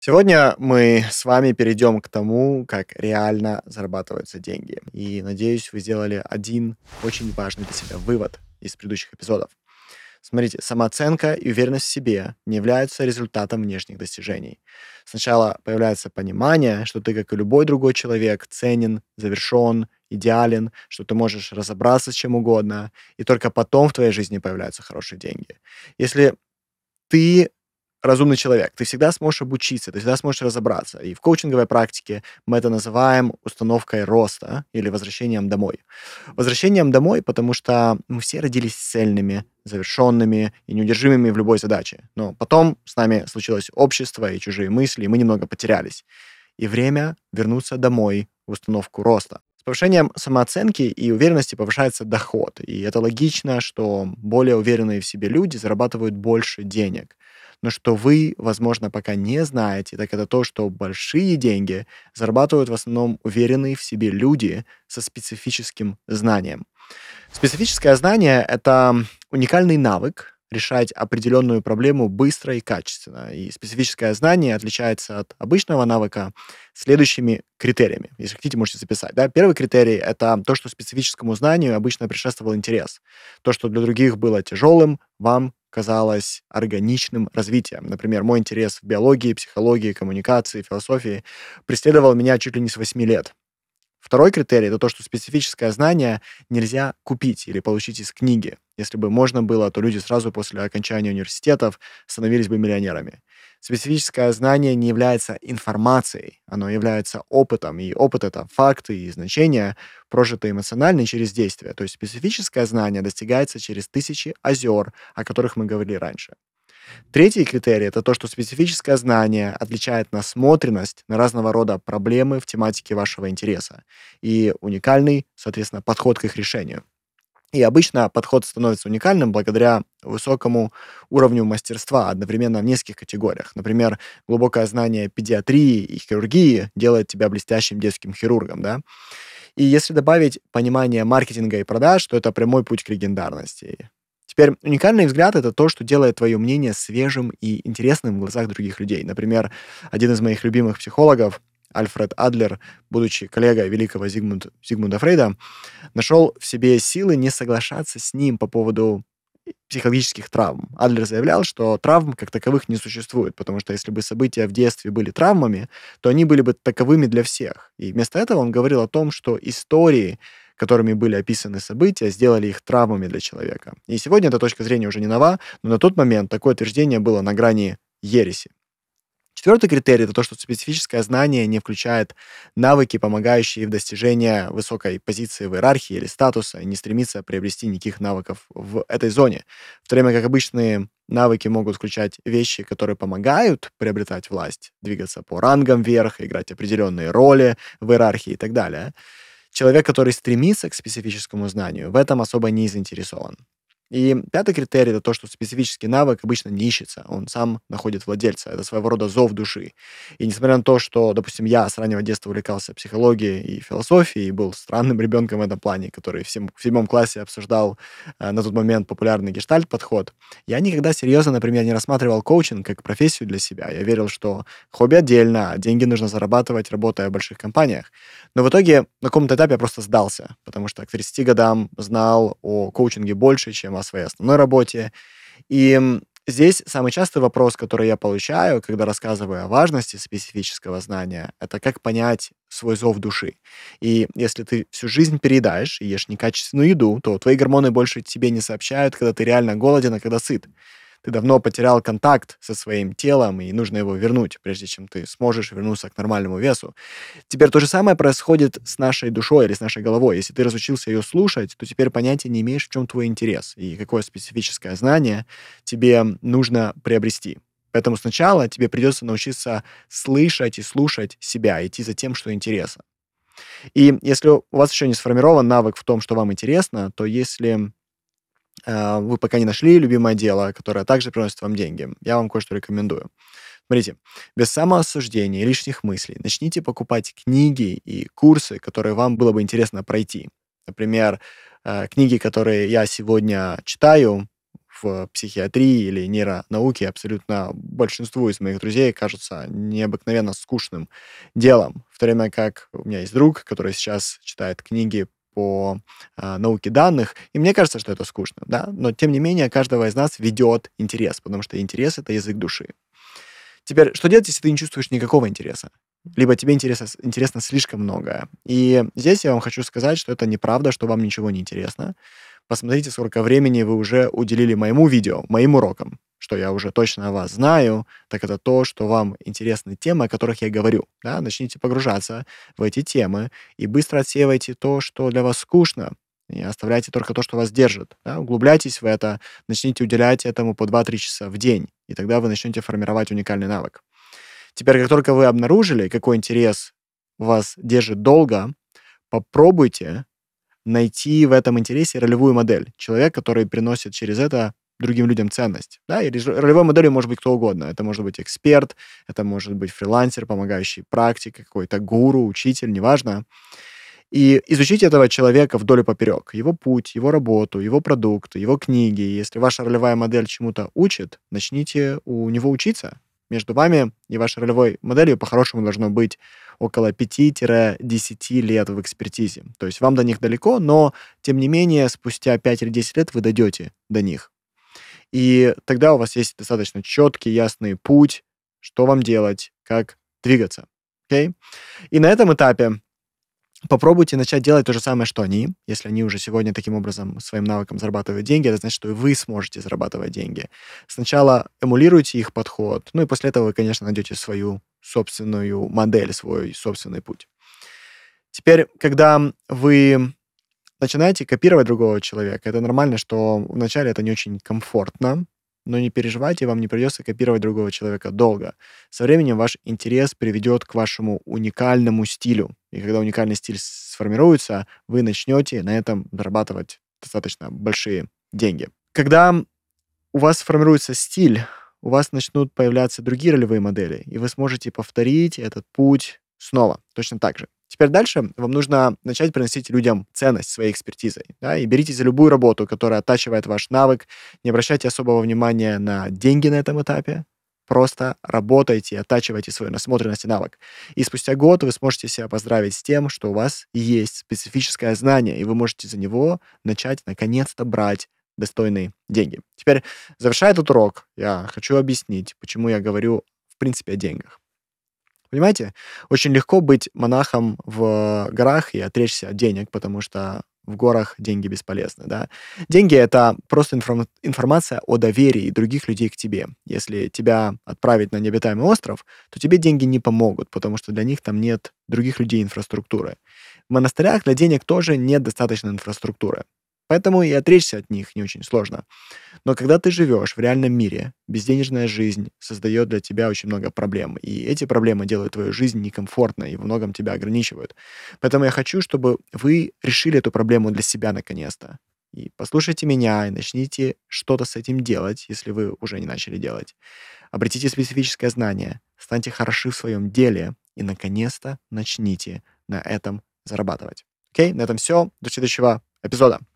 Сегодня мы с вами перейдем к тому, как реально зарабатываются деньги. И надеюсь, вы сделали один очень важный для себя вывод из предыдущих эпизодов. Смотрите, самооценка и уверенность в себе не являются результатом внешних достижений. Сначала появляется понимание, что ты, как и любой другой человек, ценен, завершен, идеален, что ты можешь разобраться с чем угодно, и только потом в твоей жизни появляются хорошие деньги. Если ты разумный человек, ты всегда сможешь обучиться, ты всегда сможешь разобраться. И в коучинговой практике мы это называем установкой роста или возвращением домой. Возвращением домой, потому что мы все родились цельными, завершенными и неудержимыми в любой задаче. Но потом с нами случилось общество и чужие мысли, и мы немного потерялись. И время вернуться домой в установку роста. С повышением самооценки и уверенности повышается доход. И это логично, что более уверенные в себе люди зарабатывают больше денег. Но что вы, возможно, пока не знаете, так это то, что большие деньги зарабатывают в основном уверенные в себе люди со специфическим знанием. Специфическое знание — это уникальный навык решать определенную проблему быстро и качественно. И специфическое знание отличается от обычного навыка следующими критериями. Если хотите, можете записать. Да? Первый критерий — это то, что специфическому знанию обычно предшествовал интерес. То, что для других было тяжелым, вам казалось органичным развитием. Например, мой интерес в биологии, психологии, коммуникации, философии преследовал меня чуть ли не с 8 лет. Второй критерий — это то, что специфическое знание нельзя купить или получить из книги. Если бы можно было, то люди сразу после окончания университетов становились бы миллионерами. Специфическое знание не является информацией, оно является опытом, и опыт — это факты и значения, прожитые эмоционально и через действие. То есть специфическое знание достигается через тысячи озер, о которых мы говорили раньше. Третий критерий — это то, что специфическое знание отличает насмотренность на разного рода проблемы в тематике вашего интереса и уникальный, соответственно, подход к их решению. И обычно подход становится уникальным благодаря высокому уровню мастерства одновременно в нескольких категориях. Например, глубокое знание педиатрии и хирургии делает тебя блестящим детским хирургом, да? И если добавить понимание маркетинга и продаж, то это прямой путь к легендарности. Теперь уникальный взгляд — это то, что делает твое мнение свежим и интересным в глазах других людей. Например, один из моих любимых психологов, Альфред Адлер, будучи коллегой великого Зигмунда Фрейда, нашел в себе силы не соглашаться с ним по поводу психологических травм. Адлер заявлял, что травм как таковых не существует, потому что если бы события в детстве были травмами, то они были бы таковыми для всех. И вместо этого он говорил о том, что истории, которыми были описаны события, сделали их травмами для человека. И сегодня эта точка зрения уже не нова, но на тот момент такое утверждение было на грани ереси. Четвертый критерий — это то, что специфическое знание не включает навыки, помогающие в достижении высокой позиции в иерархии или статуса, и не стремится приобрести никаких навыков в этой зоне. В то время как обычные навыки могут включать вещи, которые помогают приобретать власть, двигаться по рангам вверх, играть определенные роли в иерархии и так далее. Человек, который стремится к специфическому знанию, в этом особо не заинтересован. И пятый критерий — это то, что специфический навык обычно не ищется, он сам находит владельца. Это своего рода зов души. И несмотря на то, что, допустим, я с раннего детства увлекался психологией и философией, и был странным ребенком в этом плане, который в 7 классе обсуждал на тот момент популярный гештальт-подход, я никогда серьезно, например, не рассматривал коучинг как профессию для себя. Я верил, что хобби отдельно, а деньги нужно зарабатывать, работая в больших компаниях. Но в итоге на каком-то этапе я просто сдался, потому что к 30 годам знал о коучинге больше, чем о своей основной работе. И здесь самый частый вопрос, который я получаю, когда рассказываю о важности специфического знания, это как понять свой зов души. И если ты всю жизнь переедаешь и ешь некачественную еду, то твои гормоны больше тебе не сообщают, когда ты реально голоден, а когда сыт. Ты давно потерял контакт со своим телом, и нужно его вернуть, прежде чем ты сможешь вернуться к нормальному весу. Теперь то же самое происходит с нашей душой или с нашей головой. Если ты разучился ее слушать, то теперь понятия не имеешь, в чем твой интерес и какое специфическое знание тебе нужно приобрести. Поэтому сначала тебе придется научиться слышать и слушать себя, идти за тем, что интересно. И если у вас еще не сформирован навык в том, что вам интересно, то если вы пока не нашли любимое дело, которое также приносит вам деньги, я вам кое-что рекомендую. Смотрите, без самоосуждения и лишних мыслей начните покупать книги и курсы, которые вам было бы интересно пройти. Например, книги, которые я сегодня читаю в психиатрии или нейронауке абсолютно большинству из моих друзей кажется необыкновенно скучным делом. В то время как у меня есть друг, который сейчас читает книги по науке данных, и мне кажется, что это скучно, да, но тем не менее каждого из нас ведет интерес, потому что интерес — это язык души. Теперь, что делать, если ты не чувствуешь никакого интереса? Либо тебе интересно слишком многое. И здесь я вам хочу сказать, что это неправда, что вам ничего не интересно. Посмотрите, сколько времени вы уже уделили моему видео, моим урокам. Что я уже точно о вас знаю, так это то, что вам интересны темы, о которых я говорю. Да? Начните погружаться в эти темы и быстро отсеивайте то, что для вас скучно, и оставляйте только то, что вас держит. Да? Углубляйтесь в это, начните уделять этому по 2-3 часа в день, и тогда вы начнете формировать уникальный навык. Теперь, как только вы обнаружили, какой интерес вас держит долго, попробуйте найти в этом интересе ролевую модель. Человек, который приносит через это другим людям ценность. Да? И ролевой моделью может быть кто угодно. Это может быть эксперт, это может быть фрилансер, помогающий практик, какой-то гуру, учитель, неважно. И изучите этого человека вдоль и поперек. Его путь, его работу, его продукты, его книги. Если ваша ролевая модель чему-то учит, начните у него учиться. Между вами и вашей ролевой моделью по-хорошему должно быть около 5-10 лет в экспертизе. То есть вам до них далеко, но, тем не менее, спустя 5 или 10 лет вы дойдете до них. И тогда у вас есть достаточно четкий, ясный путь, что вам делать, как двигаться. Okay? И на этом этапе попробуйте начать делать то же самое, что они. Если они уже сегодня таким образом своим навыком зарабатывают деньги, это значит, что и вы сможете зарабатывать деньги. Сначала эмулируйте их подход, ну и после этого вы, конечно, найдете свою собственную модель, свой собственный путь. Теперь, когда вы начинаете копировать другого человека, это нормально, что вначале это не очень комфортно, но не переживайте, вам не придется копировать другого человека долго. Со временем ваш интерес приведет к вашему уникальному стилю. И когда уникальный стиль сформируется, вы начнете на этом зарабатывать достаточно большие деньги. Когда у вас сформируется стиль, у вас начнут появляться другие ролевые модели, и вы сможете повторить этот путь снова, точно так же. Теперь дальше вам нужно начать приносить людям ценность своей экспертизой. Да, и берите за любую работу, которая оттачивает ваш навык. Не обращайте особого внимания на деньги на этом этапе. Просто работайте, оттачивайте свою насмотренность и навык. И спустя год вы сможете себя поздравить с тем, что у вас есть специфическое знание, и вы можете за него начать наконец-то брать достойные деньги. Теперь, завершая этот урок, я хочу объяснить, почему я говорю, в принципе, о деньгах. Понимаете, очень легко быть монахом в горах и отречься от денег, потому что в горах деньги бесполезны, да. Деньги — это просто информация о доверии других людей к тебе. Если тебя отправить на необитаемый остров, то тебе деньги не помогут, потому что для них там нет других людей, инфраструктуры. В монастырях для денег тоже нет достаточно инфраструктуры. Поэтому и отречься от них не очень сложно. Но когда ты живешь в реальном мире, безденежная жизнь создает для тебя очень много проблем. И эти проблемы делают твою жизнь некомфортной и во многом тебя ограничивают. Поэтому я хочу, чтобы вы решили эту проблему для себя наконец-то. И послушайте меня, и начните что-то с этим делать, если вы уже не начали делать. Обретите специфическое знание, станьте хороши в своем деле и, наконец-то, начните на этом зарабатывать. Окей? На этом все. До следующего эпизода.